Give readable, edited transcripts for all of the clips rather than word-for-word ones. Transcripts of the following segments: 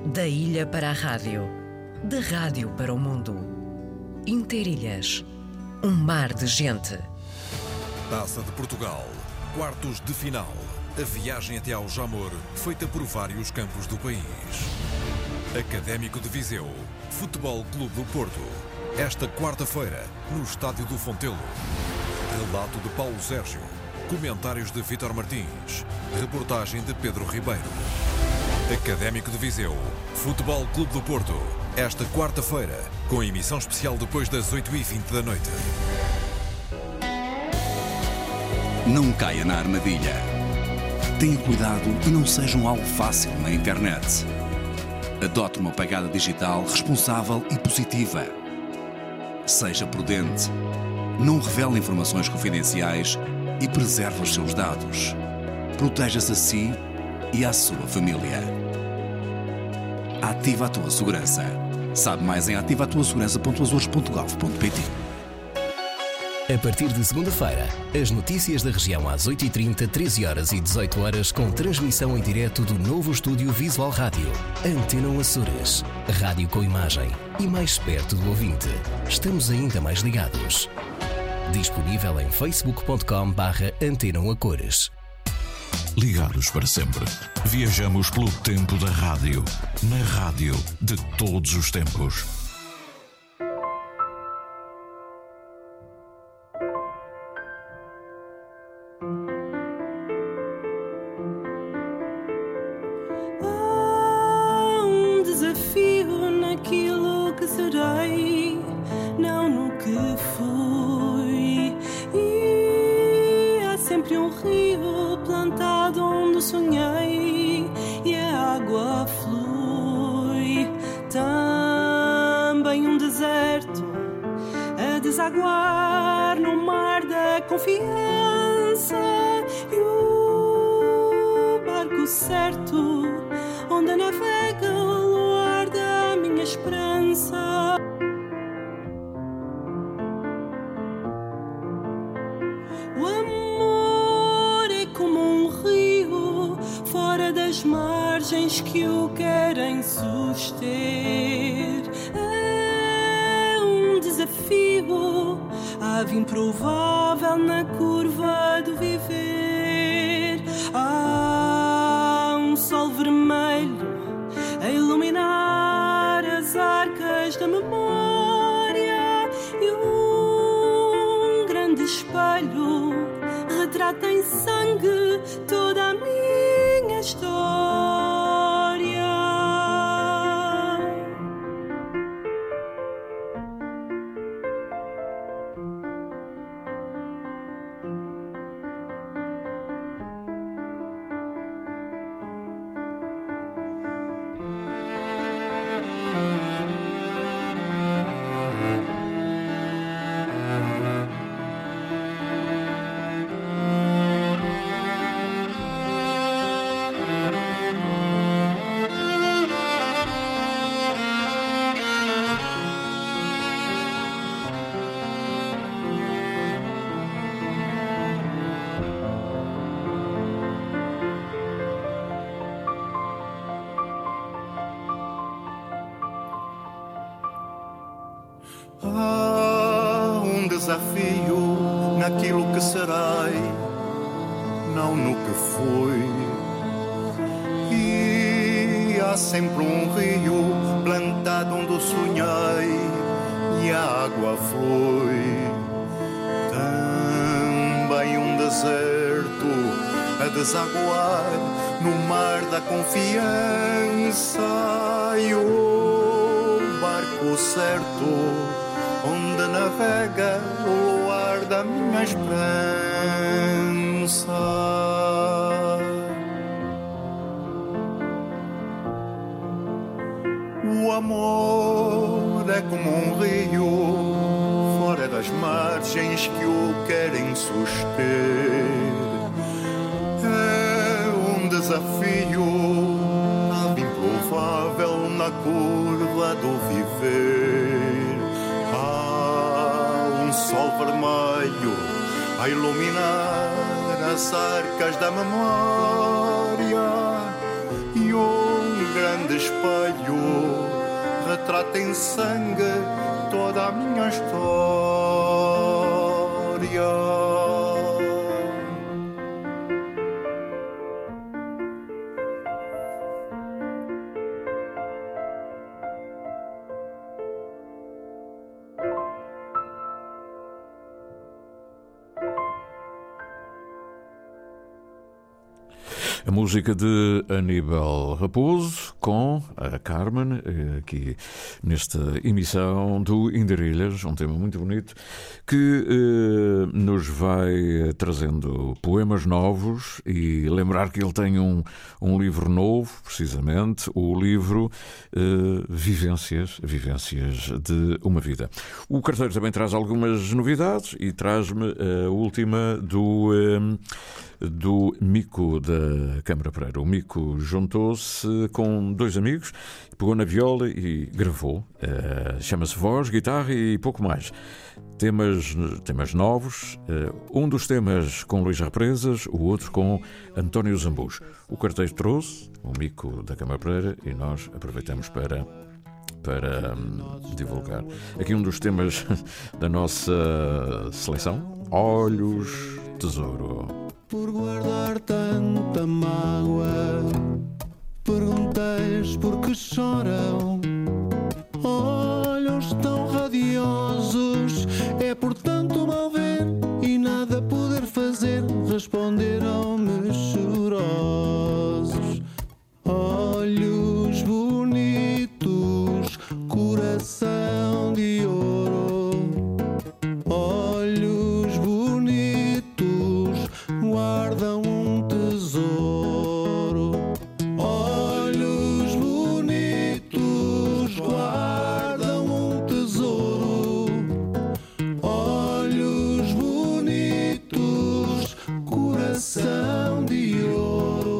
Da ilha para a rádio, da rádio para o mundo. Interilhas, um mar de gente. Taça de Portugal, quartos de final. A viagem até ao Jamor, feita por vários campos do país. Académico de Viseu, Futebol Clube do Porto. Esta quarta-feira, no Estádio do Fontelo. Relato de Paulo Sérgio. Comentários de Vítor Martins. Reportagem de Pedro Ribeiro. Académico de Viseu, Futebol Clube do Porto. Esta quarta-feira, com emissão especial depois das 8h20 da noite. Não caia na armadilha. Tenha cuidado e não seja um alvo fácil na internet. Adote uma pegada digital responsável e positiva. Seja prudente. Não revele informações confidenciais e preserve os seus dados. Proteja-se a si e à sua família. Ativa a tua segurança. Sabe mais em ativatuasegurança.azores.gov.pt. A partir de segunda-feira, as notícias da região às 8h30, 13h e 18h, com transmissão em direto do novo estúdio Visual Rádio. Antena Açores. Rádio com imagem e mais perto do ouvinte. Estamos ainda mais ligados. Disponível em facebook.com/Antena-Açores. Ligados para sempre. Viajamos pelo tempo da rádio. Na rádio de todos os tempos. Há um desafio naquilo que serei, não no que fui. E há sempre um rio plantado onde sonhei e a água flui. Também um deserto a desaguar no mar da confiança e o barco certo onde navega o luar da minha esperança. O amor é como um rio fora das margens que o querem suster. É um desafio, ave improvável na curva do viver. Há um sol vermelho a iluminar as arcas da memória e um grande espelho retrata em sangue toda a minha história. Há um desafio naquilo que serei, não no que fui. E há sempre um rio plantado onde sonhei e a água flui. Também um deserto a desaguar no mar da confiança e o barco certo onde navega o luar da minha esperança. O amor é como um rio fora das margens que o querem suster. É um desafio, nada improvável na curva do viver. Há um sol vermelho a iluminar as arcas da memória e um grande espelho retrata em sangue toda a minha história. A música de Aníbal Raposo com a Carmen, aqui nesta emissão do Interilhas, um tema muito bonito que nos vai trazendo poemas novos e lembrar que ele tem um livro novo, precisamente, o livro Vivências de uma Vida. O carteiro também traz algumas novidades e traz-me a última do Mico da Câmara Pereira. O Mico juntou-se com dois amigos, pegou na viola e gravou. Chama-se voz, guitarra e pouco mais. Temas novos. Um dos temas com Luís Represas, o outro com António Zambus. O carteiro trouxe o Mico da Câmara Pereira e nós aproveitamos para divulgar aqui um dos temas da nossa seleção, Olhos Tesouro. Por guardar tanta mágoa, pergunteis por que choram. Olhos tão radiosos, é portanto mal ver e nada poder fazer. Responderam-me chorosos. Olhos bonitos, coração de ouro. Olhos bonitos, guardam um tesouro. Olhos bonitos, guardam um tesouro. Olhos bonitos, coração de ouro.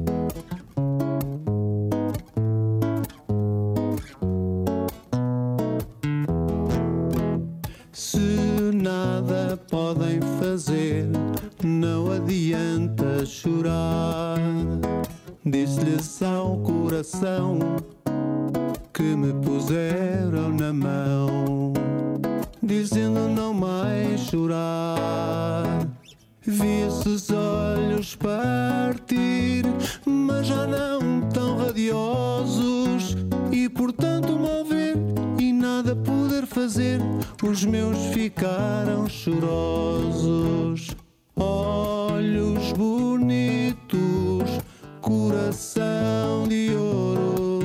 Se nada podem fazer, não adianta chorar. Disse-lhes ao coração que me puseram na mão, dizendo não mais chorar. Vi esses olhos partir, mas já não tão radiosos, e portanto mal ver e nada poder fazer. Os meus ficaram chorosos. Olhos bonitos, coração de ouro.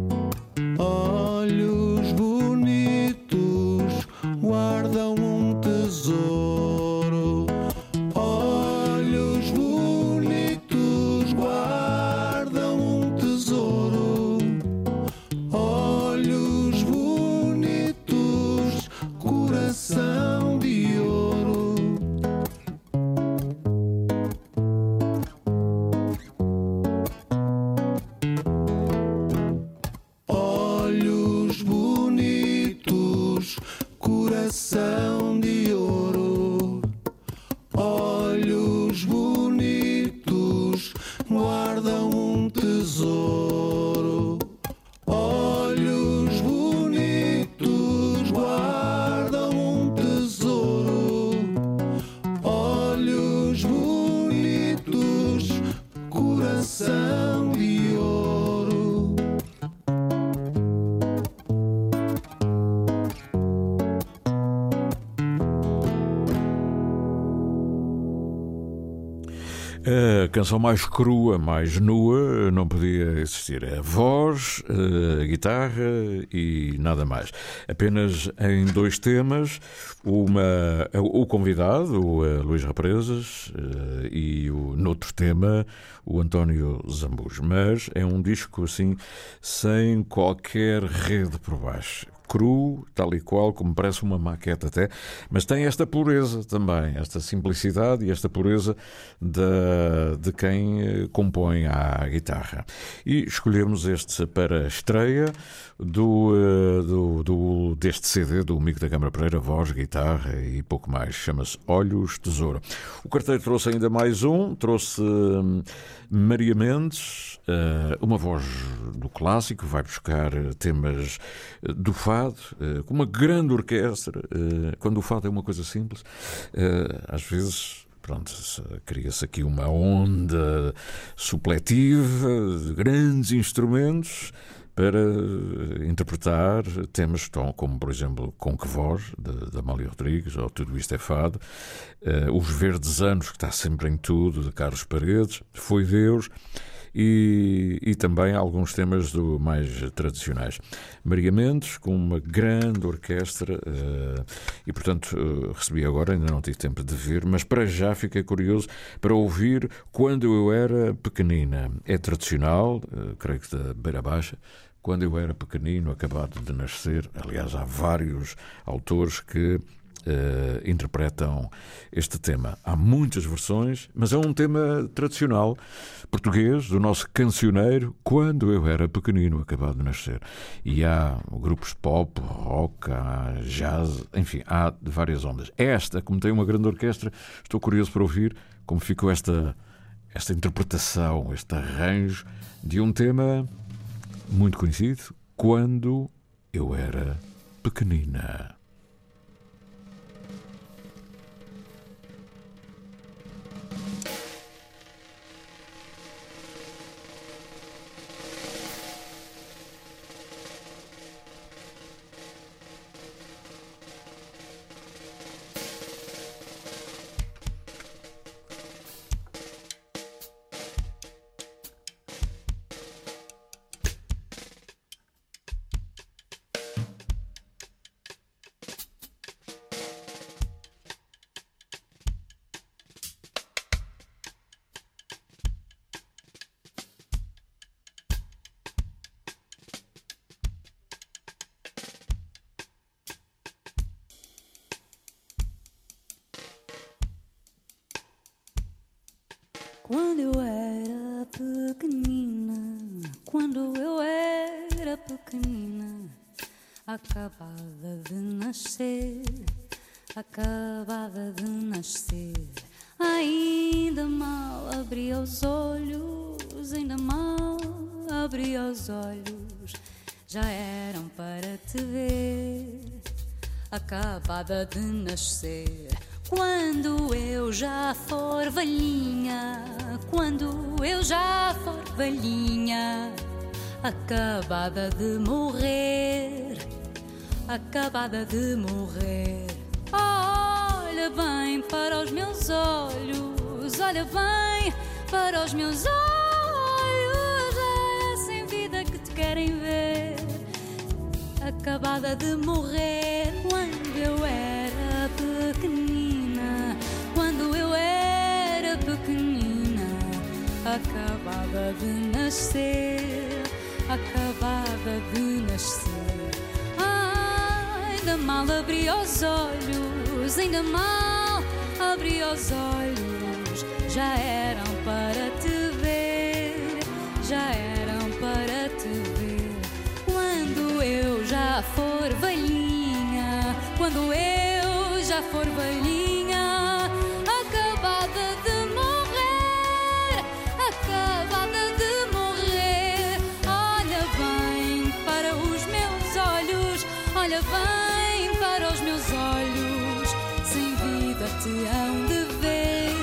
Olhos bonitos, guardam um tesouro. Olhos bonitos, guardam um tesouro. Olhos bonitos, coração de ouro. Olhos bonitos, coração de ouro. Olhos bonitos, guardam um tesouro. Olhos bonitos, guardam um tesouro. Olhos bonitos, coração de ouro. A canção mais crua, mais nua, não podia existir. A voz, a guitarra e nada mais. Apenas em dois temas, o convidado, o Luís Represas, e noutro tema, o António Zambus. Mas é um disco assim, sem qualquer rede por baixo. cru, tal e qual, como parece uma maquete até, mas tem esta pureza também, esta simplicidade e esta pureza de quem compõe à guitarra. E escolhemos este para a estreia deste CD do Mico da Câmara Pereira, voz, guitarra e pouco mais. Chama-se Olhos Tesouro. O carteiro trouxe ainda mais trouxe Maria Mendes, uma voz do clássico, vai buscar temas do fado, com uma grande orquestra. Quando o fado é uma coisa simples, às vezes, pronto, cria-se aqui uma onda supletiva de grandes instrumentos para interpretar temas como, por exemplo, Com Que Voz, de Amália Rodrigues, ou Tudo Isto é Fado, Os Verdes Anos, que está sempre em tudo, de Carlos Paredes, Foi Deus, e também alguns temas mais tradicionais. Maria Mendes, com uma grande orquestra, e portanto recebi agora, ainda não tive tempo de ver, mas para já fiquei curioso para ouvir Quando Eu Era Pequenina. É tradicional, creio que da Beira Baixa, Quando Eu Era Pequenino, acabado de nascer. Aliás, há vários autores que interpretam este tema. Há muitas versões, mas é um tema tradicional português, do nosso cancioneiro, Quando Eu Era Pequenino, acabado de nascer. E há grupos pop, rock, há jazz, enfim, há de várias ondas. Esta, como tem uma grande orquestra, estou curioso para ouvir como ficou esta interpretação, este arranjo de um tema muito conhecido, Quando Eu Era Pequenina. Quando eu era pequenina, acabada de nascer, ainda mal abria os olhos, já eram para te ver, acabada de nascer. Quando eu já for velhinha, acabada de morrer, olha bem para os meus olhos, é sem vida que te querem ver, acabada de morrer. Quando eu era pequenina, acabada de nascer, ainda mal abri os olhos, já eram para te ver, quando eu já for velhinha, acabada de morrer, olha bem para os meus olhos, sem vida te hão de ver,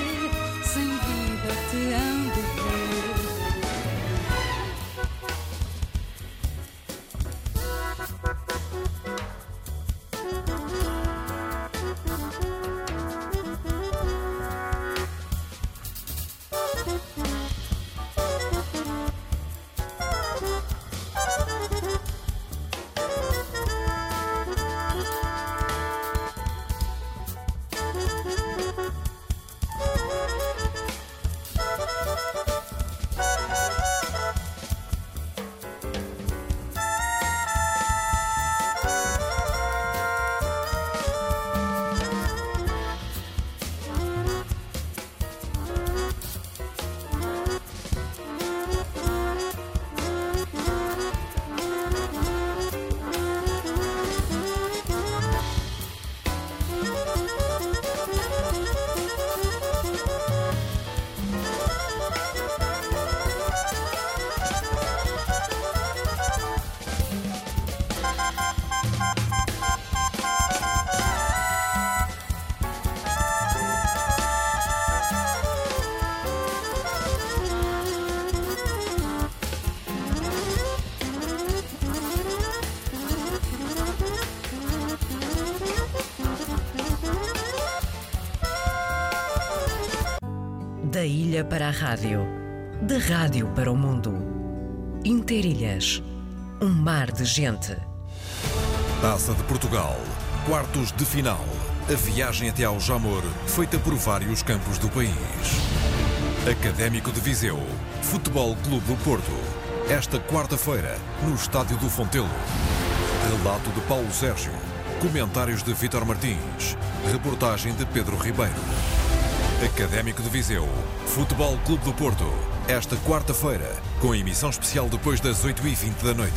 Da ilha para a rádio, da rádio para o mundo. Interilhas, um mar de gente. Taça de Portugal, quartos de final. A viagem até ao Jamor, feita por vários campos do país. Académico de Viseu, Futebol Clube do Porto. Esta quarta-feira, no Estádio do Fontelo. Relato de Paulo Sérgio. Comentários de Vítor Martins. Reportagem de Pedro Ribeiro. Académico de Viseu, Futebol Clube do Porto. Esta quarta-feira, com emissão especial depois das 8h20 da noite.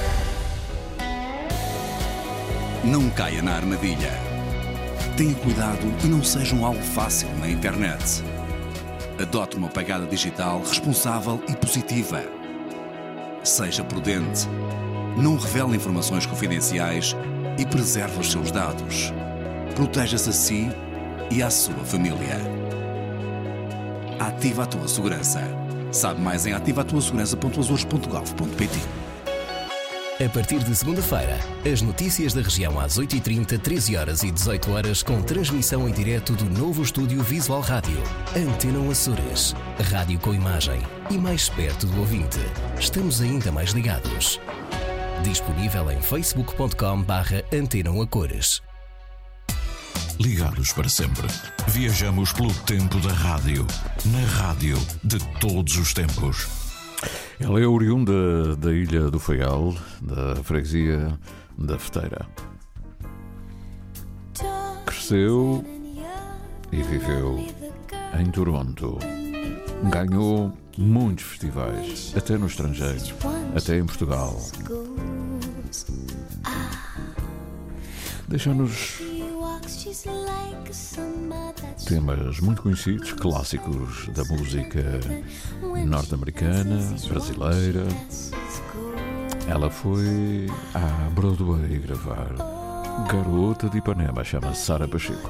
Não caia na armadilha. Tenha cuidado e não seja um alvo fácil na internet. Adote uma pegada digital responsável e positiva. Seja prudente. Não revele informações confidenciais e preserve os seus dados. Proteja-se a si e à sua família. Ativa a tua segurança. Sabe mais em ativatuasegurança.azores.gov.pt. A partir de segunda-feira, as notícias da região às 8h30, 13h e 18h, com transmissão em direto do novo estúdio Visual Rádio. Antena Açores. Rádio com imagem e mais perto do ouvinte. Estamos ainda mais ligados. Disponível em facebook.com/Antena1Acores. Ligados para sempre. Viajamos pelo tempo da rádio. Na rádio de todos os tempos. Ela é oriunda da Ilha do Faial, da freguesia da Feteira. Cresceu e viveu em Toronto. Ganhou muitos festivais, até no estrangeiro, até em Portugal. Deixa-nos temas muito conhecidos, clássicos da música norte-americana, brasileira. Ela foi à Broadway gravar Garota de Ipanema, chama-se Sara Pacheco.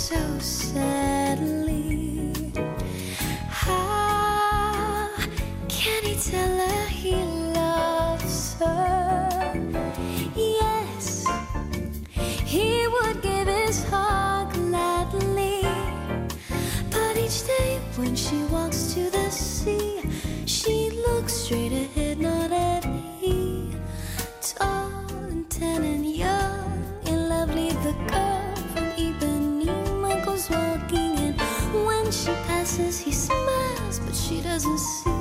When she walks to the sea, she looks straight ahead, not at me. Tall and tan and young and lovely, the girl from Ipanema goes walking, and when she passes, he smiles, but she doesn't see.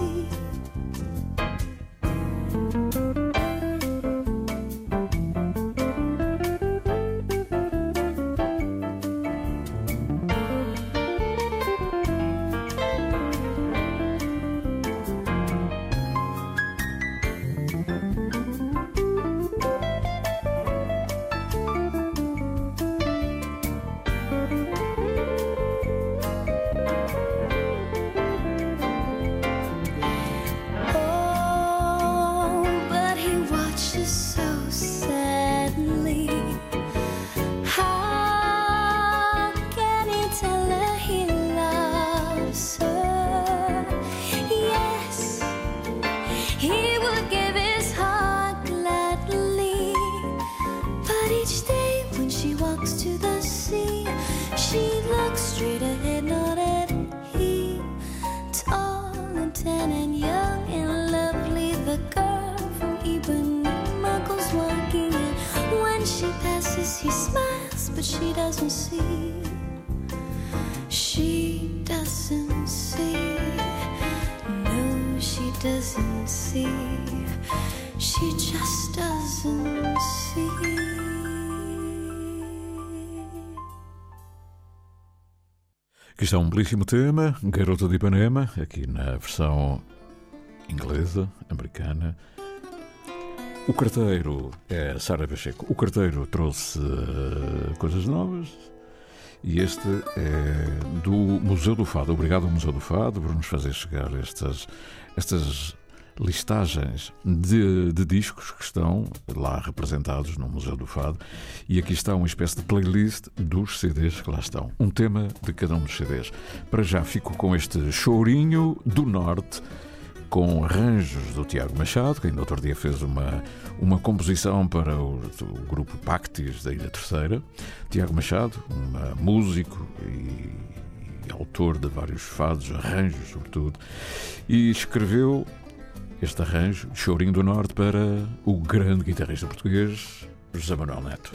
Aqui está um belíssimo tema, Garota de Ipanema, aqui na versão inglesa, americana. O carteiro é Sara Pacheco. O carteiro trouxe coisas novas e este é do Museu do Fado. Obrigado ao Museu do Fado por nos fazer chegar estas listagens de discos que estão lá representados no Museu do Fado, e aqui está uma espécie de playlist dos CDs que lá estão, um tema de cada um dos CDs. Para já fico com este Chorinho do Norte, com arranjos do Tiago Machado, que ainda outro dia fez uma composição para o grupo Pactis da Ilha Terceira. Tiago Machado, músico e é autor de vários fados, arranjos sobretudo, e escreveu este arranjo, Chorinho do Norte, para o grande guitarrista português José Manuel Neto.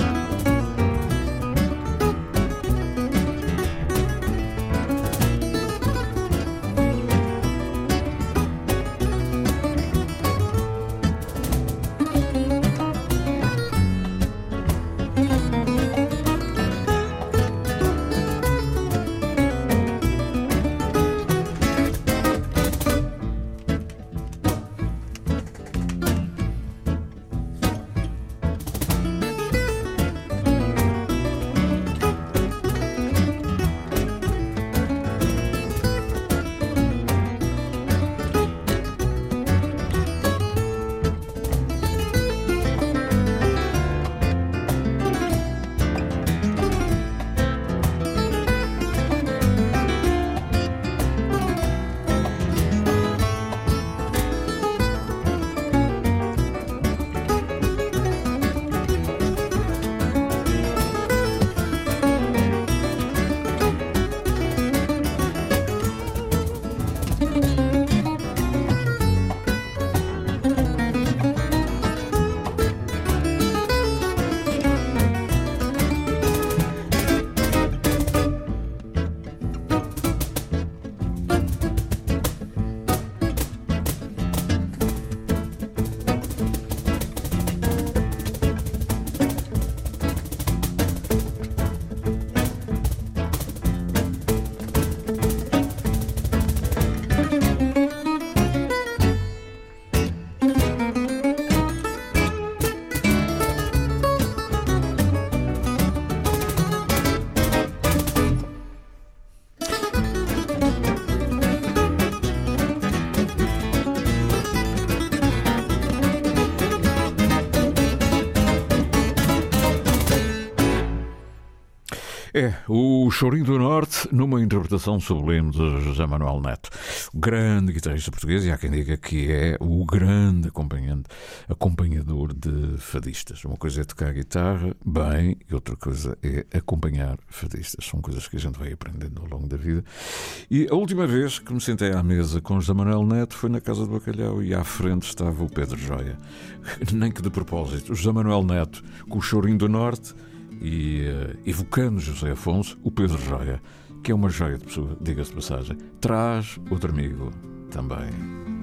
É o Chorinho do Norte numa interpretação sublime de José Manuel Neto, o grande guitarrista português, e há quem diga que é o grande acompanhador de fadistas. Uma coisa é tocar guitarra bem e outra coisa é acompanhar fadistas. São coisas que a gente vai aprendendo ao longo da vida. E a última vez que me sentei à mesa com José Manuel Neto foi na Casa do Bacalhau e à frente estava o Pedro Joia. Nem que de propósito. O José Manuel Neto com o Chorinho do Norte e evocando José Afonso, o Pedro Joia, que é uma joia de pessoa, diga-se de passagem, traz outro amigo também.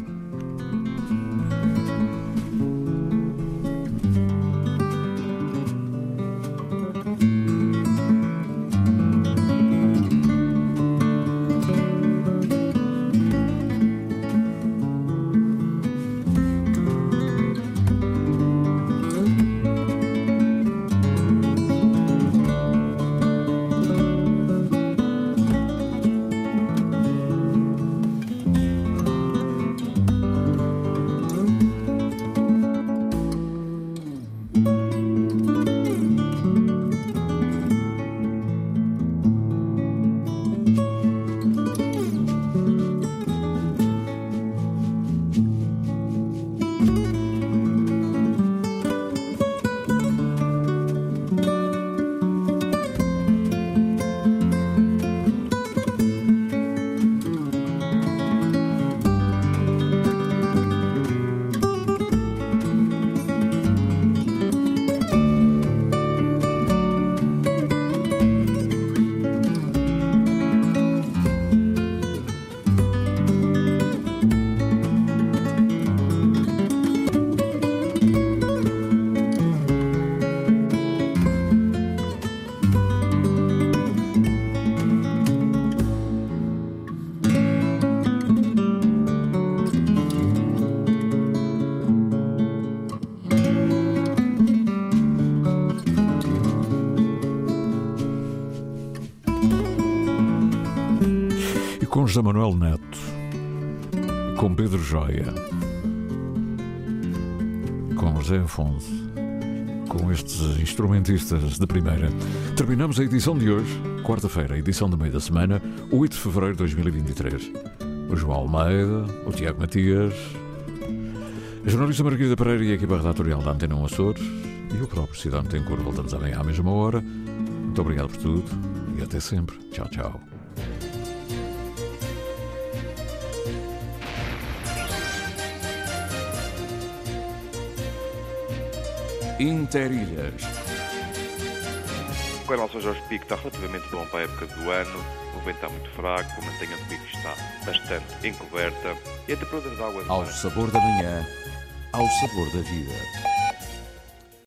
Com José Manuel Neto, com Pedro Joia, com José Afonso, com estes instrumentistas de primeira, terminamos a edição de hoje, quarta-feira, a edição de meio da semana, 8 de fevereiro de 2023. O João Almeida, o Tiago Matias, a jornalista Margarida Pereira e a equipa redatorial da Antena 1 Açores e o próprio Cidade Tencourt. Voltamos amanhã à mesma hora. Muito obrigado por tudo e até sempre. Tchau, tchau. Interilhas. O canal São Jorge Pico está relativamente bom para a época do ano. O vento está muito fraco, a mantenha do pico está bastante encoberta e a temperatura da água... Ao sabor da manhã, ao sabor da vida.